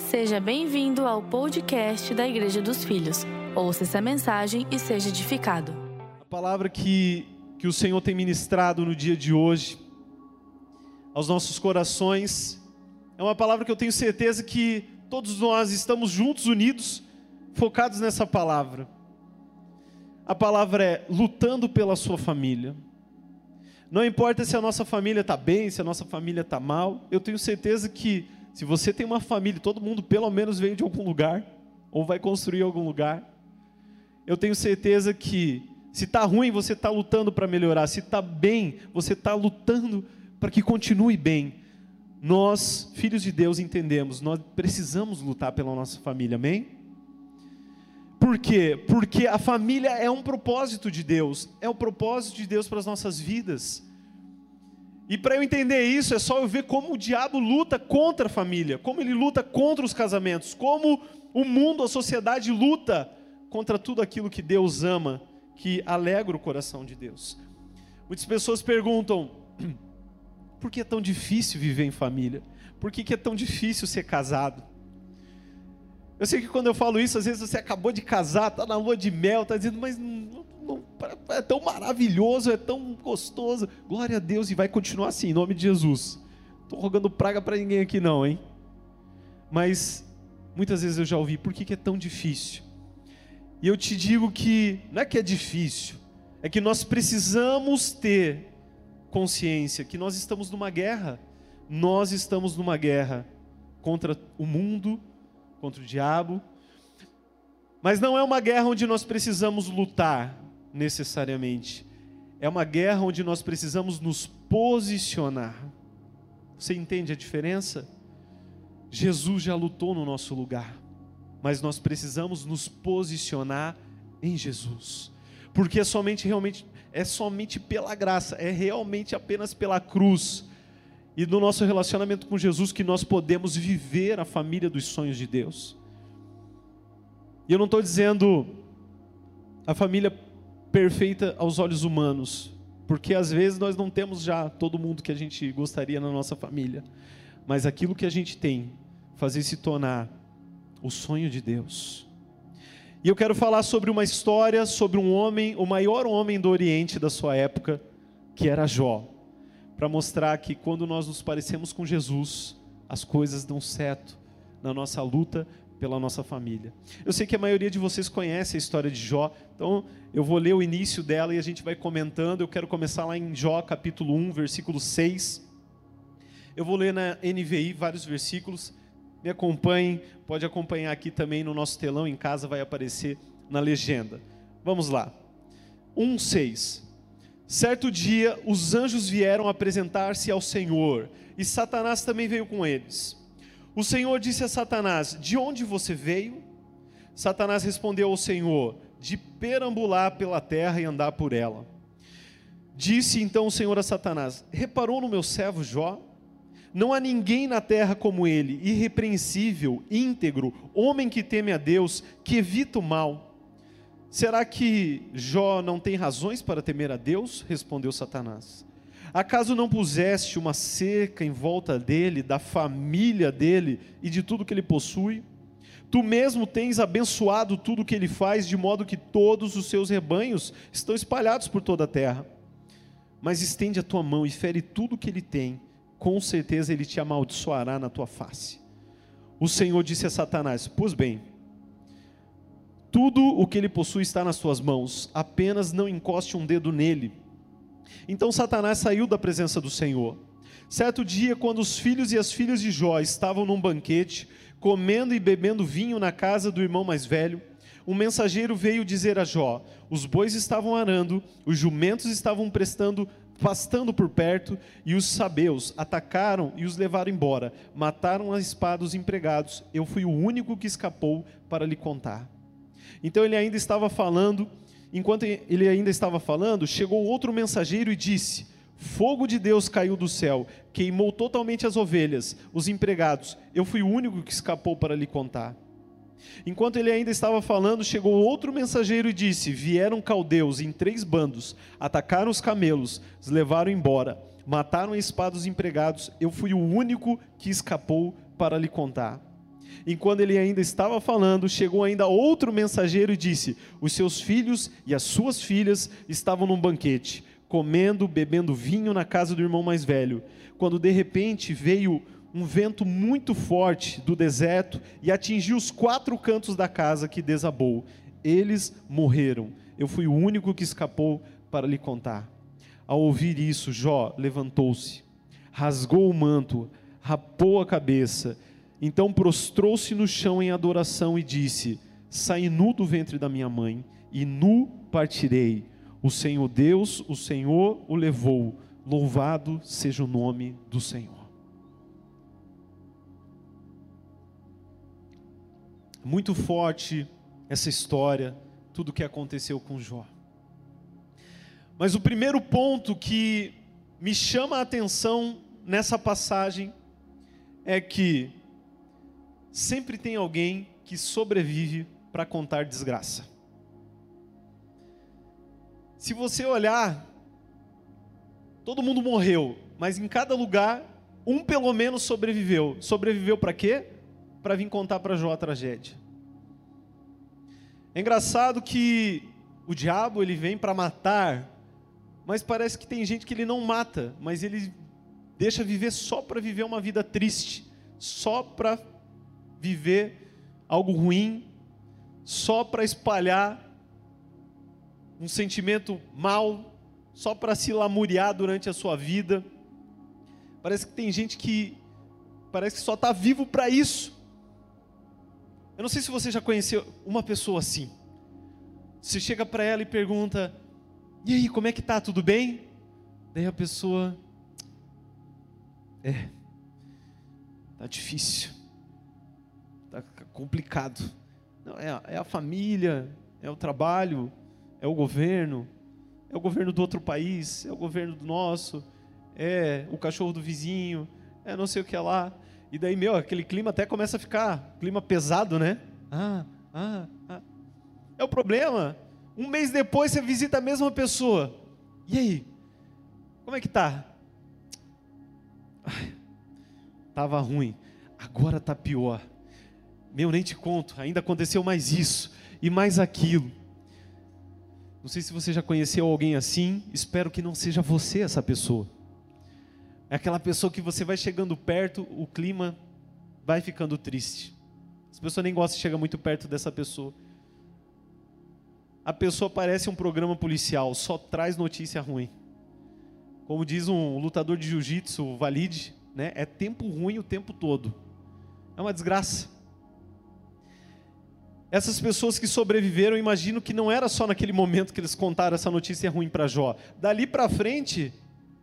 Seja bem-vindo ao podcast da Igreja dos Filhos. Ouça essa mensagem e seja edificado. A palavra que o Senhor tem ministrado no dia de hoje aos nossos corações é uma palavra que eu tenho certeza que todos nós estamos juntos, unidos, focados nessa palavra. A palavra é lutando pela sua família. Não importa se a nossa família está bem, se a nossa família está mal, eu tenho certeza que se você tem uma família, todo mundo pelo menos veio de algum lugar, ou vai construir algum lugar, eu tenho certeza que se está ruim, você está lutando para melhorar, se está bem, você está lutando para que continue bem. Nós, filhos de Deus, entendemos, nós precisamos lutar pela nossa família, amém? Por quê? Porque a família é um propósito de Deus, é o propósito de Deus para as nossas vidas. E para eu entender isso, é só eu ver como o diabo luta contra a família, como ele luta contra os casamentos, como o mundo, a sociedade luta contra tudo aquilo que Deus ama, que alegra o coração de Deus. Muitas pessoas perguntam, por que é tão difícil viver em família? Por que é tão difícil ser casado? Eu sei que quando eu falo isso, às vezes você acabou de casar, está na lua de mel, está dizendo, mas não, é tão maravilhoso, é tão gostoso. Glória a Deus, e vai continuar assim, em nome de Jesus. Não estou rogando praga para ninguém aqui não, hein? Mas muitas vezes eu já ouvi, por que é tão difícil? E eu te digo que não é que é difícil, é que nós precisamos ter consciência que nós estamos numa guerra. Nós estamos numa guerra contra o mundo, contra o diabo, mas não é uma guerra onde nós precisamos lutar necessariamente, é uma guerra onde nós precisamos nos posicionar. Você entende a diferença? Jesus já lutou no nosso lugar, mas nós precisamos nos posicionar em Jesus, porque é somente pela graça, é realmente apenas pela cruz e no nosso relacionamento com Jesus que nós podemos viver a família dos sonhos de Deus. E eu não estou dizendo a família perfeita aos olhos humanos, porque às vezes nós não temos já todo mundo que a gente gostaria na nossa família, mas aquilo que a gente tem, fazer se tornar o sonho de Deus. E eu quero falar sobre uma história, sobre um homem, o maior homem do Oriente da sua época, que era Jó, para mostrar que quando nós nos parecemos com Jesus, as coisas dão certo na nossa luta pela nossa família. Eu sei que a maioria de vocês conhece a história de Jó, então eu vou ler o início dela e a gente vai comentando. Eu quero começar lá em Jó, capítulo 1, versículo 6. Eu vou ler na NVI vários versículos. Me acompanhem, pode acompanhar aqui também no nosso telão, em casa vai aparecer na legenda. Vamos lá. 1:6. Certo dia, os anjos vieram apresentar-se ao Senhor, e Satanás também veio com eles. O Senhor disse a Satanás, de onde você veio? Satanás respondeu ao Senhor, de perambular pela terra e andar por ela. Disse então o Senhor a Satanás, reparou no meu servo Jó? Não há ninguém na terra como ele, irrepreensível, íntegro, homem que teme a Deus, que evita o mal. Será que Jó não tem razões para temer a Deus? Respondeu Satanás. Acaso não puseste uma cerca em volta dele, da família dele e de tudo que ele possui? Tu mesmo tens abençoado tudo o que ele faz, de modo que todos os seus rebanhos estão espalhados por toda a terra. Mas estende a tua mão e fere tudo o que ele tem, com certeza ele te amaldiçoará na tua face. O Senhor disse a Satanás, pois bem, tudo o que ele possui está nas tuas mãos, apenas não encoste um dedo nele. Então Satanás saiu da presença do Senhor. Certo dia, quando os filhos e as filhas de Jó estavam num banquete, comendo e bebendo vinho na casa do irmão mais velho, um mensageiro veio dizer a Jó, os bois estavam arando, os jumentos estavam pastando por perto, e os sabeus atacaram e os levaram embora, mataram a espada os empregados, eu fui o único que escapou para lhe contar. Então enquanto ele ainda estava falando, chegou outro mensageiro e disse, fogo de Deus caiu do céu, queimou totalmente as ovelhas, os empregados, eu fui o único que escapou para lhe contar. Enquanto ele ainda estava falando, chegou outro mensageiro e disse, vieram caldeus em 3 bandos, atacaram os camelos, os levaram embora, mataram a espada os empregados, eu fui o único que escapou para lhe contar. Enquanto ele ainda estava falando, chegou ainda outro mensageiro e disse: os seus filhos e as suas filhas estavam num banquete, comendo, bebendo vinho na casa do irmão mais velho, quando de repente veio um vento muito forte do deserto e atingiu os 4 cantos da casa, que desabou. Eles morreram. Eu fui o único que escapou para lhe contar. Ao ouvir isso, Jó levantou-se, rasgou o manto, rapou a cabeça, então prostrou-se no chão em adoração e disse: saí nu do ventre da minha mãe, e nu partirei. O Senhor Deus, o Senhor o levou. Louvado seja o nome do Senhor. Muito forte essa história, tudo o que aconteceu com Jó. Mas o primeiro ponto que me chama a atenção nessa passagem é que sempre tem alguém que sobrevive para contar desgraça. Se você olhar, todo mundo morreu, mas em cada lugar, um pelo menos sobreviveu. Sobreviveu para quê? Para vir contar para Jó a tragédia. É engraçado que o diabo ele vem para matar, mas parece que tem gente que ele não mata, mas ele deixa viver só para viver uma vida triste, só para viver algo ruim, só para espalhar um sentimento mau, só para se lamuriar durante a sua vida. Parece que tem gente que parece que só está vivo para isso. Eu não sei se você já conheceu uma pessoa assim. Você chega para ela e pergunta: e aí, como é que tá? Tudo bem? Daí a pessoa: tá difícil, tá complicado. Não, é a família, é o trabalho, é o governo do outro país, é o governo do nosso, é o cachorro do vizinho, é não sei o que lá. E daí, aquele clima até começa a ficar clima pesado, né? É o problema. Um mês depois você visita a mesma pessoa. E aí? Como é que tá? Tava ruim, agora tá pior. Nem te conto, ainda aconteceu mais isso e mais aquilo. Não sei se você já conheceu alguém assim, espero que não seja você essa pessoa. É aquela pessoa que você vai chegando perto, o clima vai ficando triste. As pessoas nem gostam de chegar muito perto dessa pessoa. A pessoa parece um programa policial, só traz notícia ruim. Como diz um lutador de jiu-jitsu, o Valide, né? É tempo ruim o tempo todo. É uma desgraça. Essas pessoas que sobreviveram, imagino que não era só naquele momento que eles contaram essa notícia ruim para Jó. Dali para frente,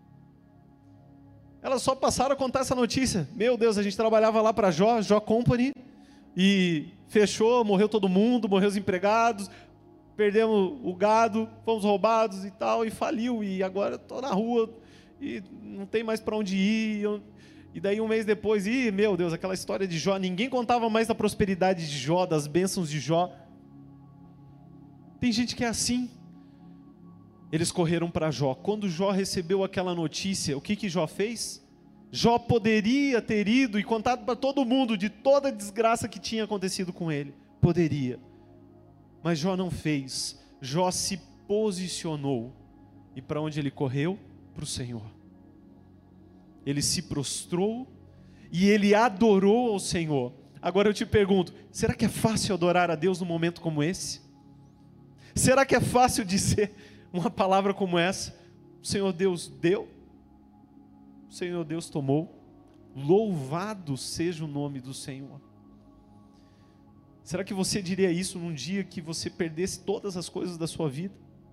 elas só passaram a contar essa notícia. Meu Deus, a gente trabalhava lá para Jó Company, e fechou, morreu todo mundo, morreu os empregados, perdemos o gado, fomos roubados e tal, e faliu, e agora estou na rua, e não tem mais para onde ir. E daí um mês depois, meu Deus, aquela história de Jó, ninguém contava mais da prosperidade de Jó, das bênçãos de Jó. Tem gente que é assim. Eles correram para Jó. Quando Jó recebeu aquela notícia, o que Jó fez? Jó poderia ter ido e contado para todo mundo de toda a desgraça que tinha acontecido com ele. Poderia. Mas Jó não fez. Jó se posicionou. E para onde ele correu? Para o Senhor. Ele se prostrou e ele adorou ao Senhor. Agora eu te pergunto, será que é fácil adorar a Deus num momento como esse? Será que é fácil dizer uma palavra como essa? O Senhor Deus deu, o Senhor Deus tomou, louvado seja o nome do Senhor. Será que você diria isso num dia que você perdesse todas as coisas da sua vida?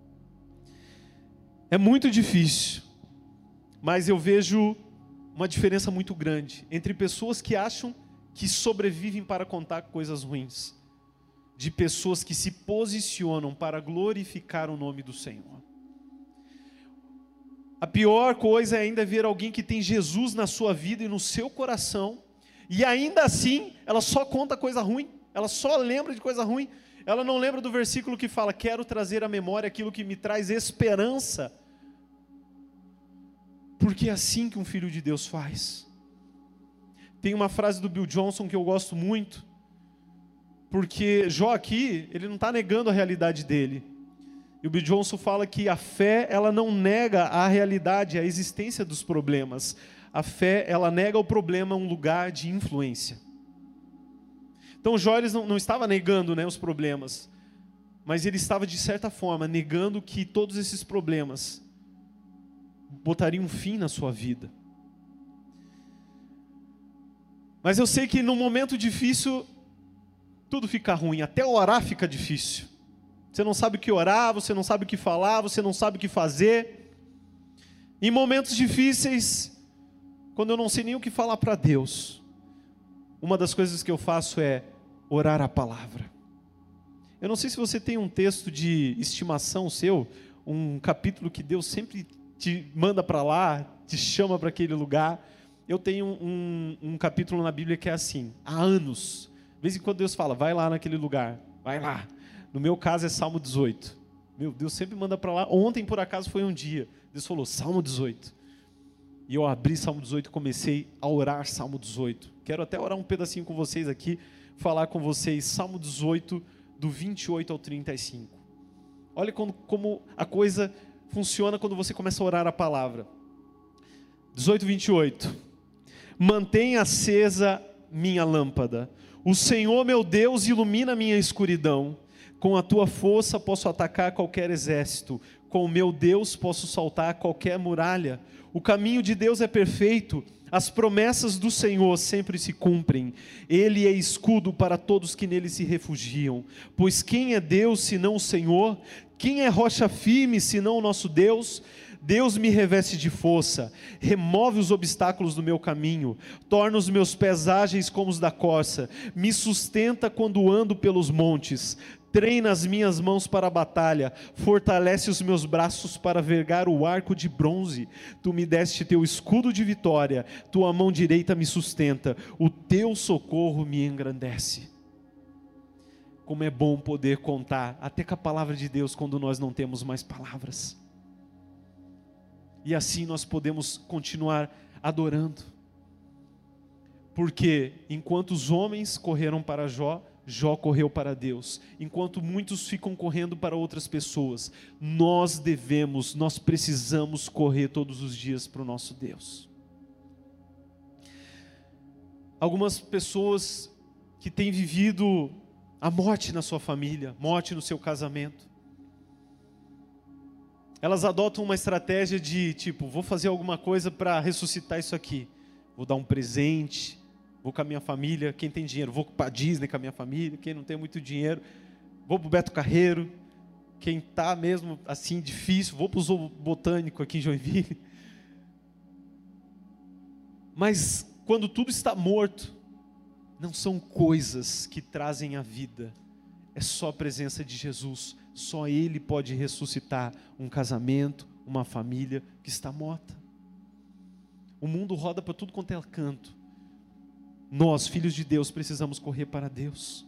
É muito difícil, mas eu vejo uma diferença muito grande entre pessoas que acham que sobrevivem para contar coisas ruins, de pessoas que se posicionam para glorificar o nome do Senhor. A pior coisa é ainda ver alguém que tem Jesus na sua vida e no seu coração, e ainda assim ela só conta coisa ruim, ela só lembra de coisa ruim, ela não lembra do versículo que fala: quero trazer à memória aquilo que me traz esperança. Porque é assim que um filho de Deus faz. tem uma frase do Bill Johnson que eu gosto muito, porque Jó aqui, ele não está negando a realidade dele. E o Bill Johnson fala que a fé, ela não nega a realidade, a existência dos problemas. A fé, ela nega ao problema um lugar de influência. Então Jó não estava negando, né, os problemas, mas ele estava, de certa forma, negando que todos esses problemas botariam um fim na sua vida. Mas eu sei que num momento difícil, tudo fica ruim, até orar fica difícil. Você não sabe o que orar, você não sabe o que falar, você não sabe o que fazer. Em momentos difíceis, quando eu não sei nem o que falar para Deus, uma das coisas que eu faço é orar a palavra. Eu não sei se você tem um texto de estimação seu, um capítulo que Deus sempre te manda para lá, te chama para aquele lugar. Eu tenho um capítulo na Bíblia que é assim, há anos. De vez em quando Deus fala, vai lá naquele lugar, vai lá. No meu caso é Salmo 18. Meu Deus sempre manda para lá. Ontem, por acaso, foi um dia. Deus falou, Salmo 18. E eu abri Salmo 18 e comecei a orar Salmo 18. Quero até orar um pedacinho com vocês aqui, falar com vocês, Salmo 18, do 28 ao 35. Olha como a coisa funciona quando você começa a orar a palavra. 18, 28. Mantenha acesa minha lâmpada. O Senhor, meu Deus, ilumina a minha escuridão. Com a tua força posso atacar qualquer exército. Com o meu Deus posso saltar qualquer muralha. O caminho de Deus é perfeito. As promessas do Senhor sempre se cumprem. Ele é escudo para todos que nele se refugiam. Pois quem é Deus senão o Senhor? Quem é rocha firme senão o nosso Deus? Deus me reveste de força, remove os obstáculos do meu caminho, torna os meus pés ágeis como os da corça, me sustenta quando ando pelos montes, treina as minhas mãos para a batalha, fortalece os meus braços para vergar o arco de bronze. Tu me deste teu escudo de vitória, tua mão direita me sustenta, o teu socorro me engrandece. Como é bom poder contar até com a palavra de Deus quando nós não temos mais palavras. E assim nós podemos continuar adorando. Porque enquanto os homens correram para Jó, Jó correu para Deus. Enquanto muitos ficam correndo para outras pessoas, nós precisamos correr todos os dias para o nosso Deus. Algumas pessoas que têm vivido a morte na sua família, morte no seu casamento, elas adotam uma estratégia de tipo, vou fazer alguma coisa para ressuscitar isso aqui. Vou dar um presente, vou com a minha família, quem tem dinheiro, vou para a Disney com a minha família, quem não tem muito dinheiro, vou para o Beto Carreiro, quem está mesmo assim difícil, vou para o Zoo Botânico aqui em Joinville. Mas quando tudo está morto, não são coisas que trazem a vida, é só a presença de Jesus. Só Ele pode ressuscitar um casamento, uma família que está morta. O mundo roda para tudo quanto é canto. Nós, filhos de Deus, precisamos correr para Deus.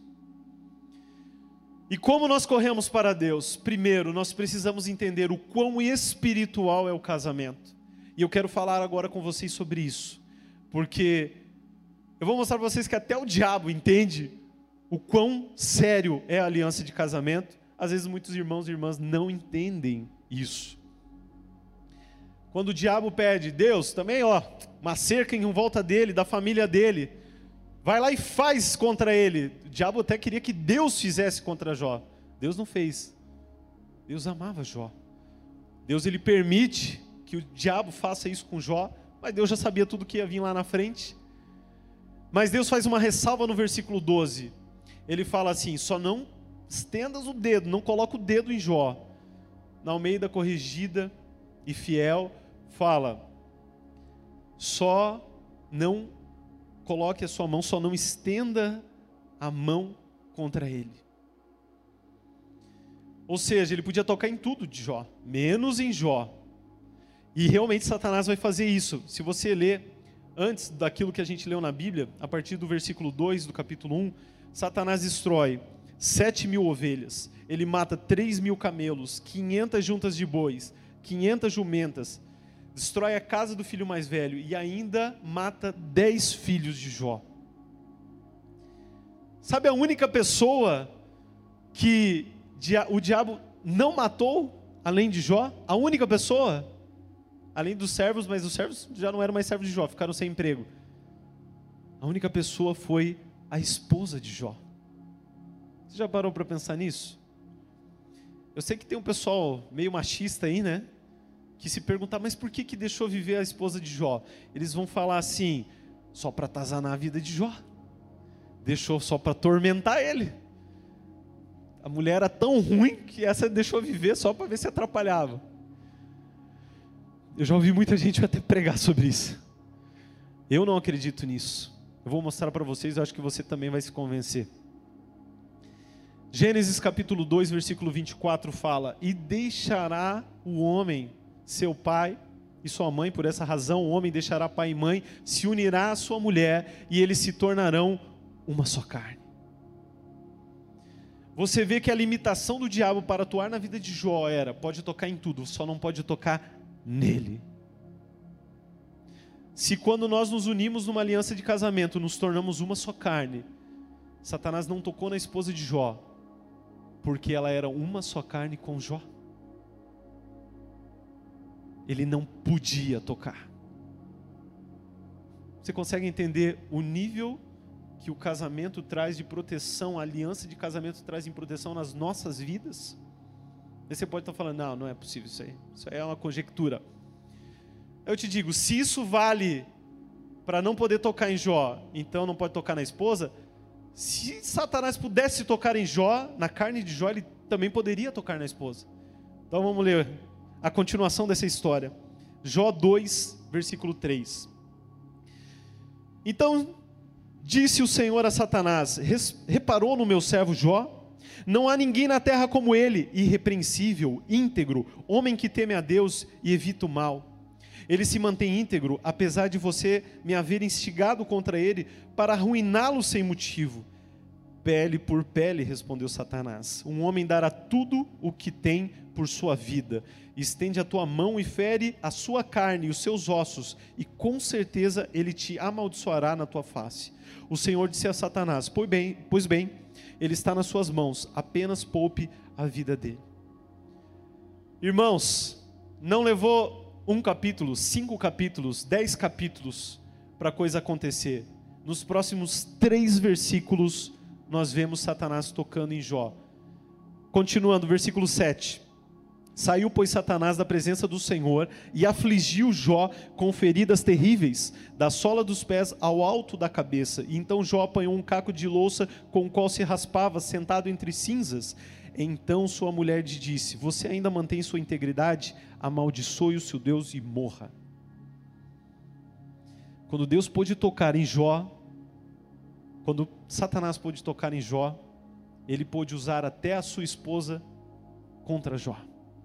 E como nós corremos para Deus? Primeiro, nós precisamos entender o quão espiritual é o casamento. E eu quero falar agora com vocês sobre isso. Porque eu vou mostrar para vocês que até o diabo entende o quão sério é a aliança de casamento. Às vezes muitos irmãos e irmãs não entendem isso. Quando o diabo pede, Deus também, uma cerca em volta dele, da família dele, vai lá e faz contra ele. O diabo até queria que Deus fizesse contra Jó. Deus não fez. Deus amava Jó. Deus, ele permite que o diabo faça isso com Jó, mas Deus já sabia tudo que ia vir lá na frente. Mas Deus faz uma ressalva no versículo 12. Ele fala assim, só não estendas o dedo, não coloca o dedo em Jó. Na Almeida Corrigida e Fiel, fala, só não coloque a sua mão, só não estenda a mão contra ele. Ou seja, ele podia tocar em tudo de Jó, menos em Jó. E realmente Satanás vai fazer isso. Se você ler antes daquilo que a gente leu na Bíblia, a partir do versículo 2 do capítulo 1, Satanás destrói 7.000 ovelhas, ele mata 3.000 camelos, 500 juntas de bois, 500 jumentas, destrói a casa do filho mais velho e ainda mata 10 filhos de Jó. Sabe a única pessoa que o diabo não matou, além de Jó? A única pessoa, além dos servos, mas os servos já não eram mais servos de Jó, ficaram sem emprego. A única pessoa foi a esposa de Jó. Você já parou para pensar nisso? Eu sei que tem um pessoal meio machista aí, né? Que se perguntar, mas por que deixou viver a esposa de Jó? Eles vão falar assim, só para atazanar a vida de Jó. Deixou só para atormentar ele. A mulher era tão ruim que essa deixou viver só para ver se atrapalhava. Eu já ouvi muita gente até pregar sobre isso. Eu não acredito nisso. Eu vou mostrar para vocês, eu acho que você também vai se convencer. Gênesis capítulo 2, versículo 24 fala: e deixará o homem seu pai e sua mãe, por essa razão o homem deixará pai e mãe, se unirá à sua mulher e eles se tornarão uma só carne. Você vê que a limitação do diabo para atuar na vida de Jó era, pode tocar em tudo, só não pode tocar nele. Se quando nós nos unimos numa aliança de casamento, nos tornamos uma só carne, Satanás não tocou na esposa de Jó, porque ela era uma só carne com Jó. Ele não podia tocar. Você consegue entender o nível que o casamento traz de proteção, a aliança de casamento traz em proteção nas nossas vidas? Aí você pode estar falando, não é possível isso aí é uma conjectura. Eu te digo, se isso vale para não poder tocar em Jó, então não pode tocar na esposa. Se Satanás pudesse tocar em Jó, na carne de Jó, ele também poderia tocar na esposa. Então vamos ler a continuação dessa história. Jó 2, versículo 3. Então disse o Senhor a Satanás: reparou no meu servo Jó? Não há ninguém na terra como ele, irrepreensível, íntegro, homem que teme a Deus e evita o mal. Ele se mantém íntegro, apesar de você me haver instigado contra ele para arruiná-lo sem motivo. Pele por pele, respondeu Satanás. Um homem dará tudo o que tem por sua vida. Estende a tua mão e fere a sua carne e os seus ossos, e com certeza ele te amaldiçoará na tua face. O Senhor disse a Satanás: pois bem, ele está nas suas mãos, apenas poupe a vida dele. Irmãos, não levou 1 capítulo, 5 capítulos, 10 capítulos para a coisa acontecer. Nos próximos 3 versículos, nós vemos Satanás tocando em Jó. Continuando, versículo 7. Saiu, pois, Satanás da presença do Senhor e afligiu Jó com feridas terríveis, da sola dos pés ao alto da cabeça. E então Jó apanhou um caco de louça com o qual se raspava, sentado entre cinzas. Então sua mulher lhe disse: você ainda mantém sua integridade? Amaldiçoe o seu Deus e morra. Quando Deus pôde tocar em Jó, quando Satanás pôde tocar em Jó, ele pôde usar até a sua esposa contra Jó.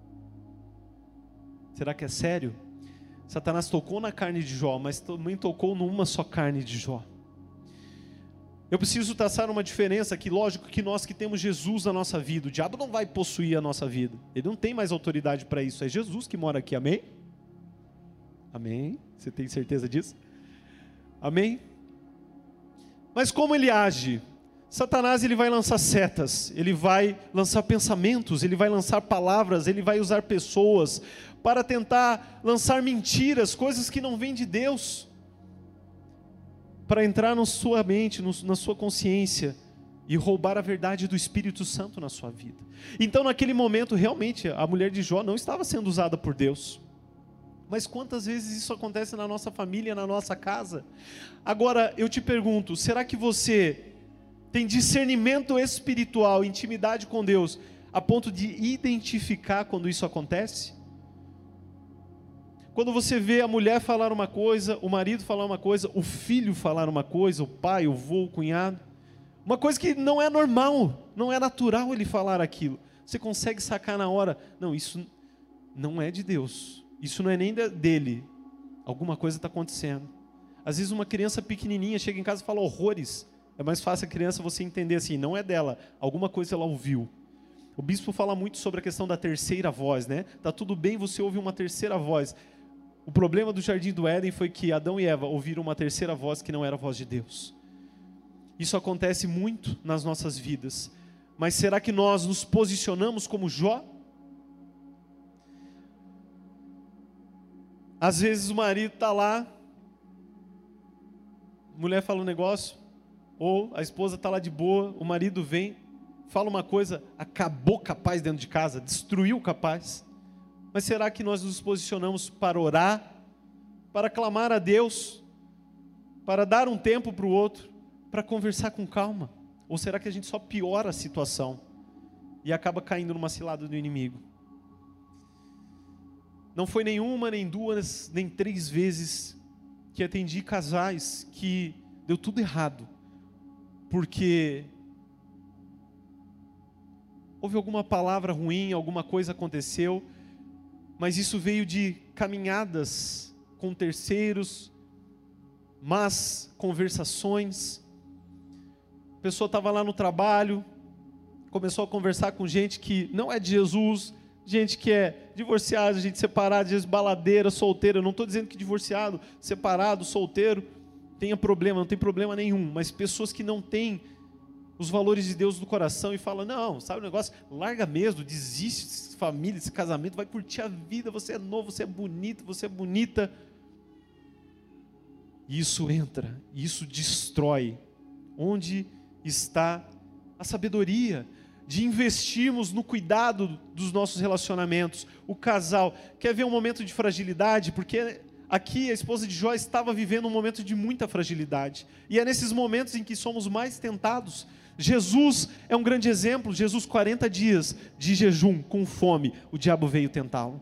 Será que é sério? Satanás tocou na carne de Jó, mas também tocou numa só carne de Jó. Eu preciso traçar uma diferença aqui. Lógico que nós que temos Jesus na nossa vida, o diabo não vai possuir a nossa vida. Ele não tem mais autoridade para isso. É Jesus que mora aqui, amém? Amém? Você tem certeza disso? Amém? Mas como ele age? Satanás, ele vai lançar setas, ele vai lançar pensamentos, ele vai lançar palavras, ele vai usar pessoas para tentar lançar mentiras, coisas que não vêm de Deus, para entrar na sua mente, na sua consciência e roubar a verdade do Espírito Santo na sua vida. Então naquele momento realmente a mulher de Jó não estava sendo usada por Deus. Mas quantas vezes isso acontece na nossa família, na nossa casa? Agora eu te pergunto, será que você tem discernimento espiritual, intimidade com Deus, a ponto de identificar quando isso acontece? Quando você vê a mulher falar uma coisa, o marido falar uma coisa, o filho falar uma coisa, o pai, o avô, o cunhado, uma coisa que não é normal, não é natural ele falar aquilo. Você consegue sacar na hora, não, isso não é de Deus, isso não é nem dele, alguma coisa está acontecendo. Às vezes uma criança pequenininha chega em casa e fala horrores. É mais fácil a criança você entender assim, não é dela, alguma coisa ela ouviu. O bispo fala muito sobre a questão da terceira voz, né? Tá tudo bem, você ouve uma terceira voz. O problema do Jardim do Éden foi que Adão e Eva ouviram uma terceira voz que não era a voz de Deus. Isso acontece muito nas nossas vidas. Mas será que nós nos posicionamos como Jó? Às vezes o marido está lá, a mulher fala um negócio, ou a esposa está lá de boa, o marido vem, fala uma coisa, acabou capaz dentro de casa, destruiu capaz. Mas será que nós nos posicionamos para orar, para clamar a Deus, para dar um tempo para o outro, para conversar com calma? Ou será que a gente só piora a situação e acaba caindo numa cilada do inimigo? Não foi nenhuma, nem duas, nem 3 vezes que atendi casais que deu tudo errado, porque houve alguma palavra ruim, alguma coisa aconteceu, mas isso veio de caminhadas com terceiros, más conversações. A pessoa estava lá no trabalho, começou a conversar com gente que não é de Jesus, gente que é divorciada, gente separada, gente baladeira, solteira. Eu não estou dizendo que divorciado, separado, solteiro tenha problema, não tem problema nenhum, mas pessoas que não têm os valores de Deus no coração e falam, não, sabe o negócio? Larga mesmo, desiste dessa família, desse casamento, vai curtir a vida, você é novo, você é bonito, você é bonita. E isso entra, isso destrói. Onde está a sabedoria de investirmos no cuidado dos nossos relacionamentos? O casal quer ver um momento de fragilidade, porque aqui a esposa de Jó estava vivendo um momento de muita fragilidade, e é nesses momentos em que somos mais tentados. Jesus é um grande exemplo. Jesus, 40 dias de jejum, com fome, o diabo veio tentá-lo.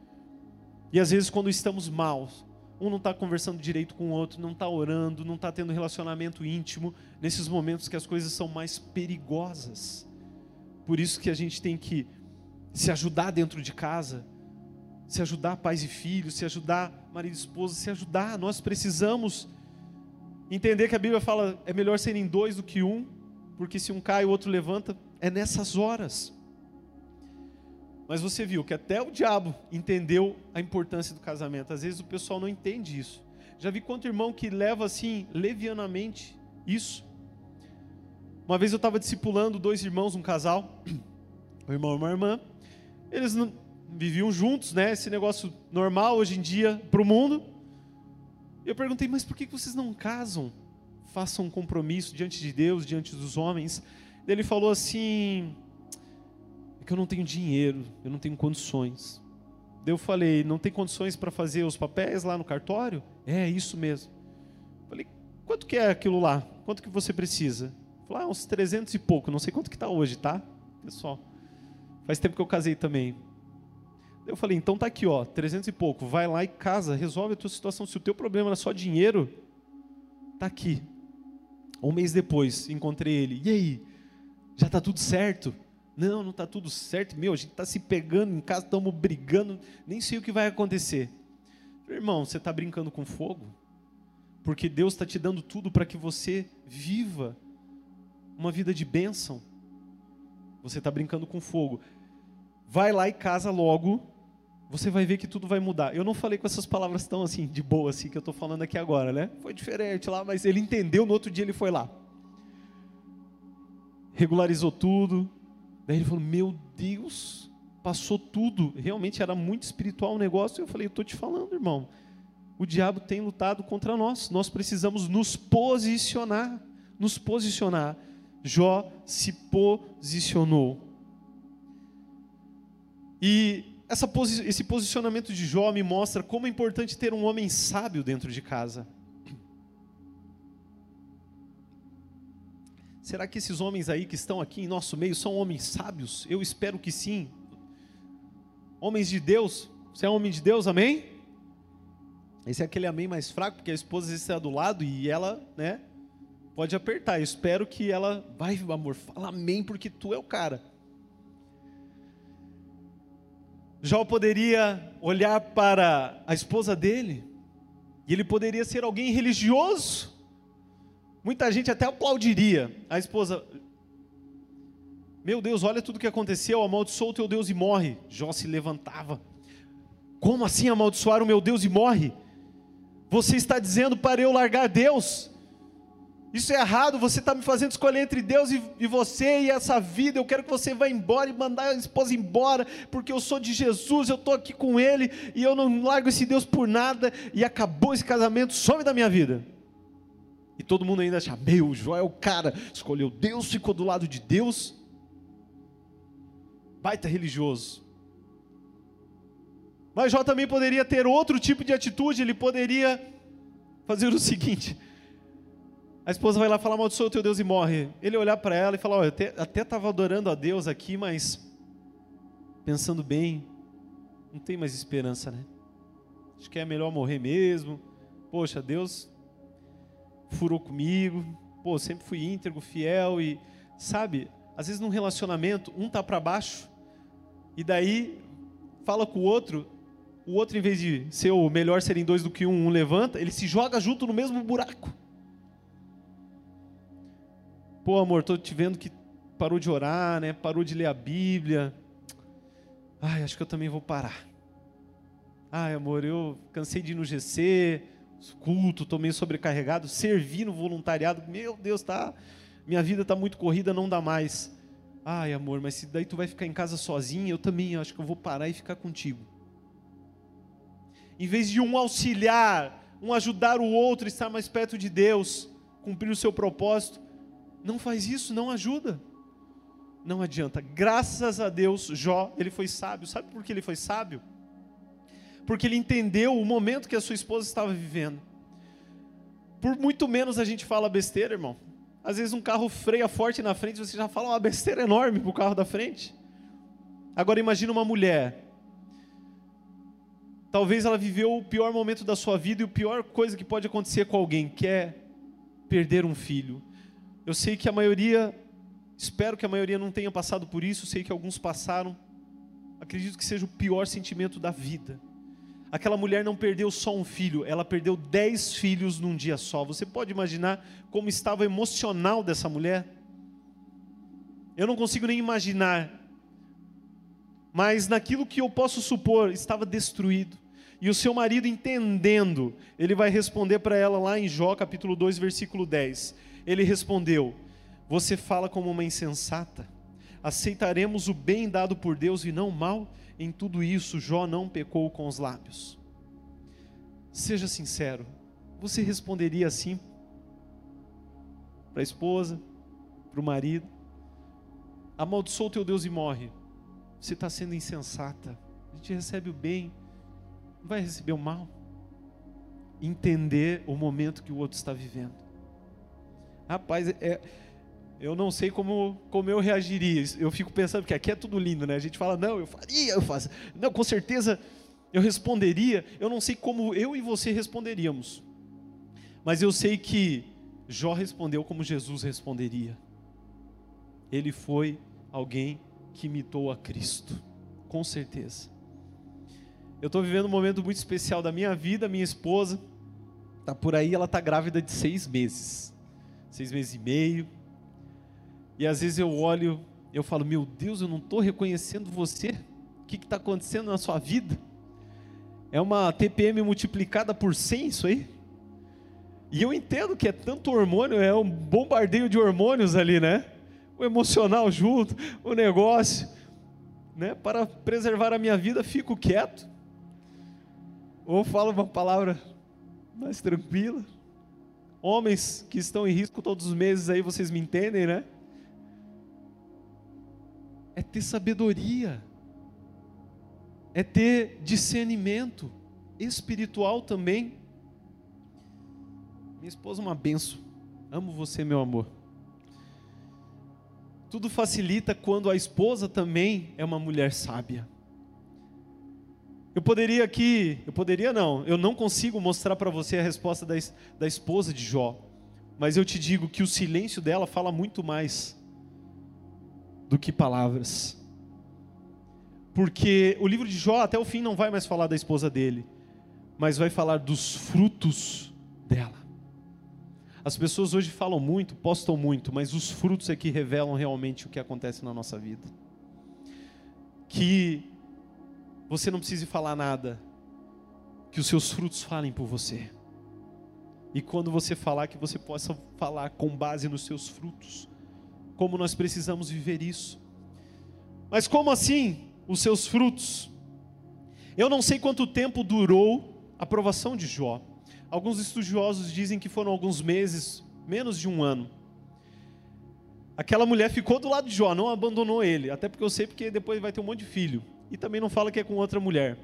E às vezes quando estamos maus, um não está conversando direito com o outro, não está orando, não está tendo relacionamento íntimo, nesses momentos que as coisas são mais perigosas. Por isso que a gente tem que se ajudar dentro de casa, se ajudar pais e filhos, se ajudar marido e esposa, se ajudar. Nós precisamos entender que a Bíblia fala, é melhor serem 2 do que 1, porque se um cai o outro levanta, é nessas horas. Mas você viu que até o diabo entendeu a importância do casamento. Às vezes o pessoal não entende isso. Já vi quanto irmão que leva assim, levianamente, isso. Uma vez eu estava discipulando 2 irmãos, um casal, um irmão e uma irmã. Eles não viviam juntos, né? Esse negócio normal hoje em dia para o mundo. Eu perguntei, mas por que vocês não casam? Façam um compromisso diante de Deus, diante dos homens. Ele falou assim, é que eu não tenho dinheiro, eu não tenho condições. Daí eu falei, não tem condições para fazer os papéis lá no cartório? É, isso mesmo. Falei, quanto que é aquilo lá? Quanto que você precisa? Falei, uns 300 e pouco, não sei quanto que está hoje, tá? Pessoal, faz tempo que eu casei também. Daí eu falei, então tá aqui, ó, 300 e pouco, vai lá e casa, resolve a tua situação. Se o teu problema era só dinheiro, tá aqui. Um mês depois, encontrei ele, e aí, já está tudo certo? Não, não está tudo certo, a gente está se pegando em casa, estamos brigando, nem sei o que vai acontecer. Irmão, você está brincando com fogo? Porque Deus está te dando tudo para que você viva uma vida de bênção. Você está brincando com fogo. Vai lá e casa logo, você vai ver que tudo vai mudar. Eu não falei com essas palavras tão assim, de boa, assim, que eu estou falando aqui agora, né? Foi diferente lá, mas ele entendeu, no outro dia ele foi lá. Regularizou tudo. Daí ele falou, meu Deus, passou tudo. Realmente era muito espiritual o negócio. Eu falei, eu estou te falando, irmão. O diabo tem lutado contra nós. Nós precisamos nos posicionar. Nos posicionar. Jó se posicionou. E esse posicionamento de Jó me mostra como é importante ter um homem sábio dentro de casa. Será que esses homens aí que estão aqui em nosso meio são homens sábios? Eu espero que sim. Homens de Deus. Você é homem de Deus, amém? Esse é aquele amém mais fraco, porque a esposa está do lado e ela, né, pode apertar. Eu espero que ela, vai, amor, fala amém, porque tu é o cara. Jó poderia olhar para a esposa dele e ele poderia ser alguém religioso. Muita gente até aplaudiria. A esposa, meu Deus, olha tudo que aconteceu, amaldiçoa o teu Deus e morre. Jó se levantava. Como assim amaldiçoar o meu Deus e morre? Você está dizendo para eu largar Deus? Isso é errado, você está me fazendo escolher entre Deus e você e essa vida. Eu quero que você vá embora e mandar a esposa embora, porque eu sou de Jesus, eu estou aqui com Ele, e eu não largo esse Deus por nada, e acabou esse casamento, some da minha vida. E todo mundo ainda acha, meu, Jó é o cara, escolheu Deus, ficou do lado de Deus. Baita religioso. Mas Jó também poderia ter outro tipo de atitude, ele poderia fazer o seguinte: a esposa vai lá falar, amaldiçoa o teu Deus e morre. Ele olhar para ela e falar, olha, eu até estava adorando a Deus aqui, mas pensando bem, não tem mais esperança, né? Acho que é melhor morrer mesmo. Poxa, Deus furou comigo, pô, sempre fui íntegro, fiel e, sabe, às vezes num relacionamento, um tá para baixo, e daí fala com o outro em vez de ser o melhor serem dois do que um levanta, ele se joga junto no mesmo buraco. Pô, amor, tô te vendo que parou de orar, né? Parou de ler a Bíblia. Ai, acho que eu também vou parar. Ai, amor, eu cansei de ir no GC, culto, tô meio sobrecarregado, servi no voluntariado. Meu Deus, minha vida tá muito corrida, não dá mais. Ai, amor, mas se daí tu vai ficar em casa sozinha, eu também acho que eu vou parar e ficar contigo. Em vez de um auxiliar, um ajudar o outro, estar mais perto de Deus, cumprir o seu propósito, não faz isso, não ajuda. Não adianta. Graças a Deus, Jó, ele foi sábio. Sabe por que ele foi sábio? Porque ele entendeu o momento que a sua esposa estava vivendo. Por muito menos a gente fala besteira, irmão. Às vezes um carro freia forte na frente, você já fala uma besteira enorme para o carro da frente. Agora imagina uma mulher. Talvez ela viveu o pior momento da sua vida e a pior coisa que pode acontecer com alguém, que é perder um filho. Eu sei que a maioria, espero que a maioria não tenha passado por isso, sei que alguns passaram. Acredito que seja o pior sentimento da vida. Aquela mulher não perdeu só um filho, ela perdeu 10 filhos num dia só. Você pode imaginar como estava o emocional dessa mulher? Eu não consigo nem imaginar. Mas naquilo que eu posso supor, estava destruído. E o seu marido, entendendo, ele vai responder para ela lá em Jó, capítulo 2, versículo 10. Ele respondeu, você fala como uma insensata. Aceitaremos o bem dado por Deus e não o mal? Em tudo isso, Jó não pecou com os lábios. Seja sincero, você responderia assim para a esposa, para o marido? Amaldiçoa o teu Deus e morre. Você está sendo insensata. A gente recebe o bem, não vai receber o mal. Entender o momento que o outro está vivendo. Rapaz, eu não sei como eu reagiria. Eu fico pensando, porque aqui é tudo lindo, né? A gente fala, não, eu faria, eu faço. Não, com certeza eu responderia. Eu não sei como eu e você responderíamos. Mas eu sei que Jó respondeu como Jesus responderia. Ele foi alguém que imitou a Cristo, com certeza. Eu estou vivendo um momento muito especial da minha vida. Minha esposa está por aí, ela está grávida de 6 meses. 6 meses e meio. E às vezes eu olho, eu falo, meu Deus, eu não estou reconhecendo você. O que está acontecendo na sua vida? É uma TPM multiplicada por 100 isso aí? E eu entendo que é tanto hormônio, é um bombardeio de hormônios ali, né? O emocional junto, o negócio, né? Para preservar a minha vida, fico quieto. Ou falo uma palavra mais tranquila. Homens que estão em risco todos os meses aí, vocês me entendem, né? É ter sabedoria. É ter discernimento espiritual também. Minha esposa é uma benção. Amo você, meu amor. Tudo facilita quando a esposa também é uma mulher sábia. Eu não consigo mostrar para você a resposta da esposa de Jó, mas eu te digo que o silêncio dela fala muito mais do que palavras, porque o livro de Jó até o fim não vai mais falar da esposa dele, mas vai falar dos frutos dela. As pessoas hoje falam muito, postam muito, mas os frutos é que revelam realmente o que acontece na nossa vida. Que você não precise falar nada, que os seus frutos falem por você. E quando você falar, que você possa falar com base nos seus frutos. Como nós precisamos viver isso. Mas como assim os seus frutos? Eu não sei quanto tempo durou a provação de Jó. Alguns estudiosos dizem que foram alguns meses, menos de um ano. Aquela mulher ficou do lado de Jó, não abandonou ele. Até porque eu sei, porque depois vai ter um monte de filho. E também não fala que é com outra mulher.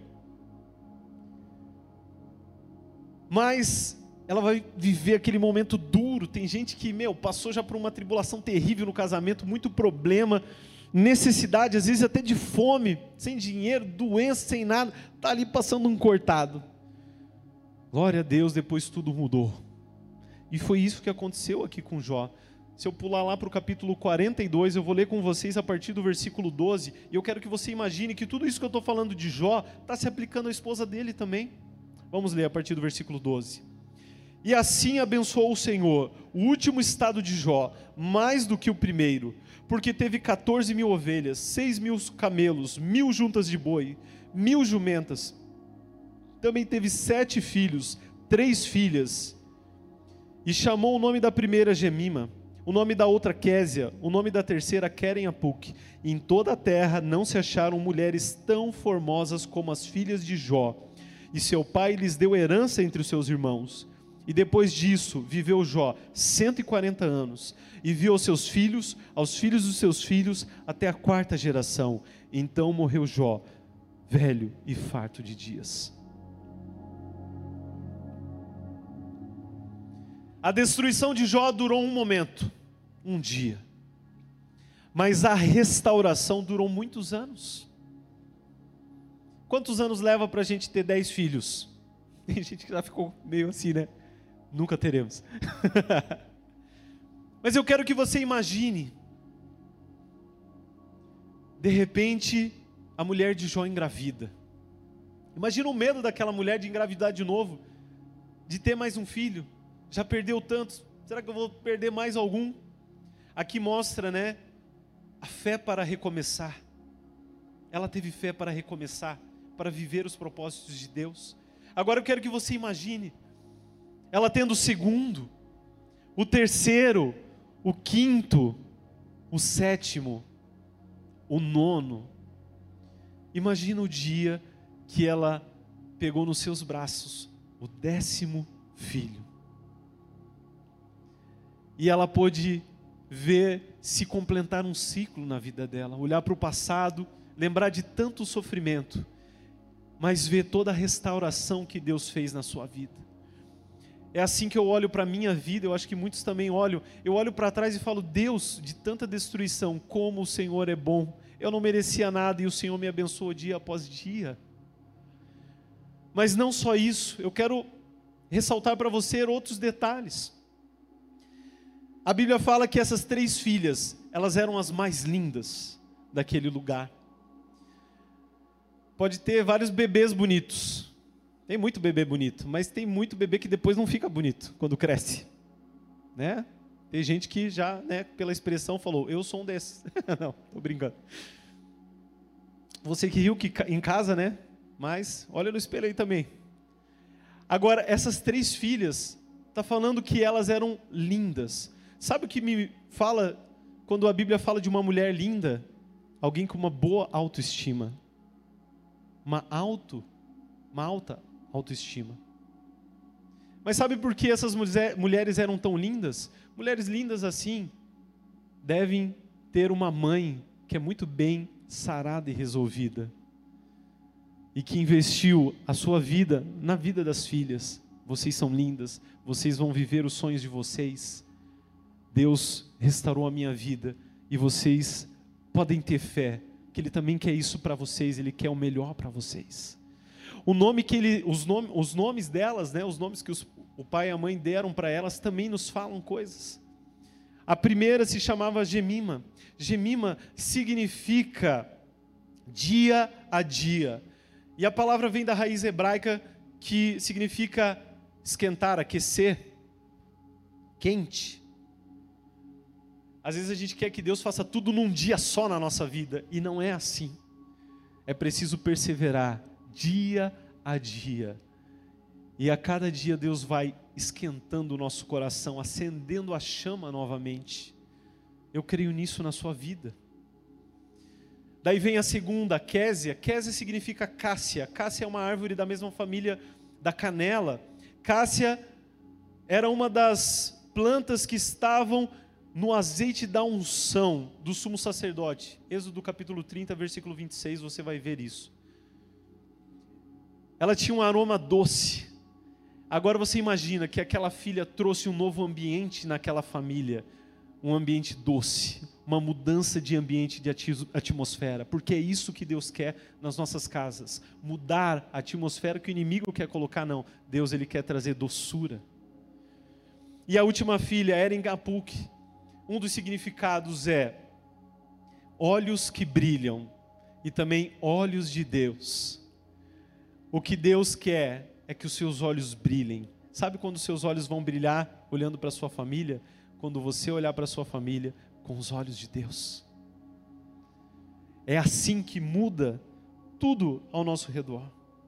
Mas ela vai viver aquele momento duro. Tem gente que, passou já por uma tribulação terrível no casamento, muito problema, necessidade, às vezes até de fome, sem dinheiro, doença, sem nada, está ali passando um cortado. Glória a Deus, depois tudo mudou. E foi isso que aconteceu aqui com Jó. Se eu pular lá para o capítulo 42, eu vou ler com vocês a partir do versículo 12, e eu quero que você imagine que tudo isso que eu estou falando de Jó, está se aplicando à esposa dele também. Vamos ler a partir do versículo 12. E assim abençoou o Senhor o último estado de Jó, mais do que o primeiro, porque teve 14.000 ovelhas, 6.000 camelos, 1.000 juntas de boi, 1.000 jumentas. Também teve 7 filhos, 3 filhas. E chamou o nome da primeira Gemima, o nome da outra Késia, o nome da terceira Queren-Apuc. Em toda a terra não se acharam mulheres tão formosas como as filhas de Jó. E seu pai lhes deu herança entre os seus irmãos. E depois disso, viveu Jó 140 anos, e viu aos seus filhos, aos filhos dos seus filhos, até a 4ª geração. Então morreu Jó, velho e farto de dias. A destruição de Jó durou um momento, um dia. Mas a restauração durou muitos anos. Quantos anos leva para a gente ter 10 filhos? Tem gente que já ficou meio assim, né? Nunca teremos. Mas eu quero que você imagine, de repente, a mulher de Jó engravida. Imagina o medo daquela mulher de engravidar de novo, de ter mais um filho. Já perdeu tantos, será que eu vou perder mais algum? Aqui mostra, né, a fé para recomeçar. Ela teve fé para recomeçar, para viver os propósitos de Deus. Agora eu quero que você imagine ela tendo o 2º, o 3º, o 5º, o 7º, o 9º. Imagina o dia que ela pegou nos seus braços o 10º filho. E ela pôde ver se completar um ciclo na vida dela, olhar para o passado, lembrar de tanto sofrimento, mas ver toda a restauração que Deus fez na sua vida. É assim que eu olho para a minha vida, eu acho que muitos também olham. Eu olho para trás e falo, Deus, de tanta destruição, como o Senhor é bom. Eu não merecia nada e o Senhor me abençoou dia após dia. Mas não só isso, eu quero ressaltar para você outros detalhes. A Bíblia fala que essas 3 filhas, elas eram as mais lindas daquele lugar. Pode ter vários bebês bonitos. Tem muito bebê bonito, mas tem muito bebê que depois não fica bonito quando cresce, né? Tem gente que já, né, pela expressão falou, eu sou um desses. Não, tô brincando. Você que riu que em casa, né? Mas olha no espelho aí também. Agora, essas 3 filhas, tá falando que elas eram lindas. Sabe o que me fala quando a Bíblia fala de uma mulher linda? Alguém com uma boa autoestima. Uma alta autoestima. Mas sabe por que essas mulheres eram tão lindas? Mulheres lindas assim devem ter uma mãe que é muito bem sarada e resolvida e que investiu a sua vida na vida das filhas. Vocês são lindas, vocês vão viver os sonhos de vocês. Deus restaurou a minha vida e vocês podem ter fé que Ele também quer isso para vocês, Ele quer o melhor para vocês. Os nomes delas, né, os nomes que o pai e a mãe deram para elas também nos falam coisas. A primeira se chamava Gemima. Gemima significa dia a dia. E a palavra vem da raiz hebraica que significa esquentar, aquecer, quente. Às vezes a gente quer que Deus faça tudo num dia só na nossa vida, e não é assim. É preciso perseverar dia a dia. E a cada dia Deus vai esquentando o nosso coração, acendendo a chama novamente. Eu creio nisso na sua vida. Daí vem a segunda, Késia. Késia significa cássia. Cássia é uma árvore da mesma família da canela. Cássia era uma das plantas que estavam no azeite da unção do sumo sacerdote. Êxodo capítulo 30, versículo 26, você vai ver isso. Ela tinha um aroma doce. Agora você imagina que aquela filha trouxe um novo ambiente naquela família. Um ambiente doce, uma mudança de ambiente, de atmosfera, porque é isso que Deus quer nas nossas casas, mudar a atmosfera que o inimigo quer colocar, não, Deus ele quer trazer doçura. E a última filha, Eren-Apuk, um dos significados é olhos que brilham e também olhos de Deus. O que Deus quer é que os seus olhos brilhem. Sabe quando os seus olhos vão brilhar olhando para a sua família? Quando você olhar para a sua família com os olhos de Deus. É assim que muda tudo ao nosso redor.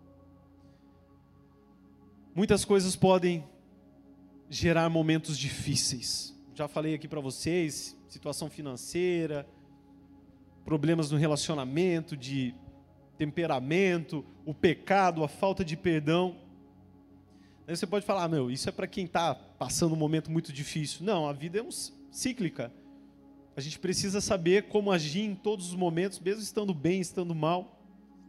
Muitas coisas podem gerar momentos difíceis. Já falei aqui para vocês, situação financeira, problemas no relacionamento, de temperamento, o pecado, a falta de perdão. Aí você pode falar, isso é para quem está passando um momento muito difícil. Não, a vida é cíclica. A gente precisa saber como agir em todos os momentos, mesmo estando bem, estando mal.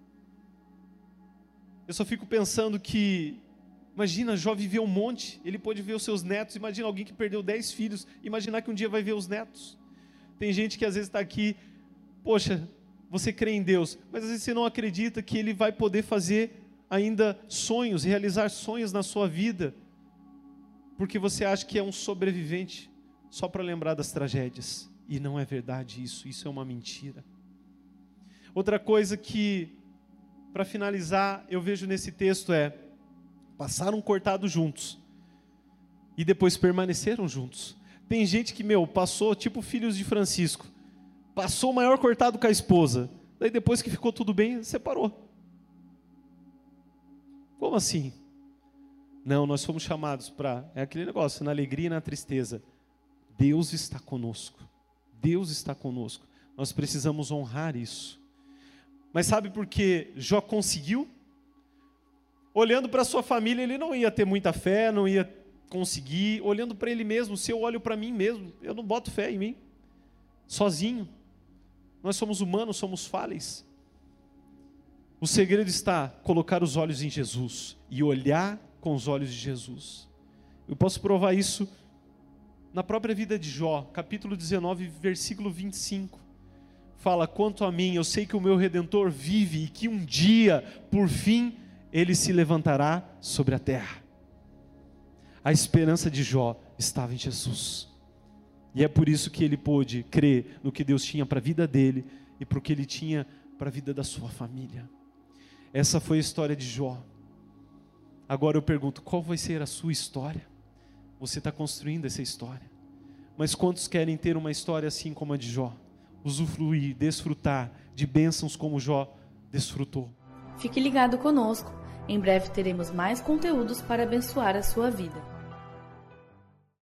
Eu só fico pensando que, imagina, Jó viveu um monte, ele pôde ver os seus netos. Imagina alguém que perdeu 10 filhos, imaginar que um dia vai ver os netos. Tem gente que às vezes está aqui, poxa, você crê em Deus, mas às vezes você não acredita que Ele vai poder fazer ainda sonhos, realizar sonhos na sua vida, porque você acha que é um sobrevivente só para lembrar das tragédias, e não é verdade isso é uma mentira. Outra coisa que, para finalizar, eu vejo nesse texto passaram cortado juntos, e depois permaneceram juntos. Tem gente que, passou, tipo filhos de Francisco, passou o maior cortado com a esposa, daí depois que ficou tudo bem, separou. Como assim? Não, nós fomos chamados para, é aquele negócio, na alegria e na tristeza. Deus está conosco. Deus está conosco. Nós precisamos honrar isso. Mas sabe por que Jó conseguiu? Olhando para a sua família, ele não ia ter muita fé, não ia conseguir. Olhando para ele mesmo, se eu olho para mim mesmo, eu não boto fé em mim. Sozinho. Nós somos humanos, somos falhos. O segredo está colocar os olhos em Jesus e olhar com os olhos de Jesus. Eu posso provar isso na própria vida de Jó, capítulo 19, versículo 25. Fala, quanto a mim, eu sei que o meu Redentor vive e que um dia, por fim, ele se levantará sobre a terra. A esperança de Jó estava em Jesus. E é por isso que ele pôde crer no que Deus tinha para a vida dele e para o que ele tinha para a vida da sua família. Essa foi a história de Jó. Agora eu pergunto, qual vai ser a sua história? Você está construindo essa história. Mas quantos querem ter uma história assim como a de Jó? Usufruir, desfrutar de bênçãos como Jó desfrutou. Fique ligado conosco. Em breve teremos mais conteúdos para abençoar a sua vida.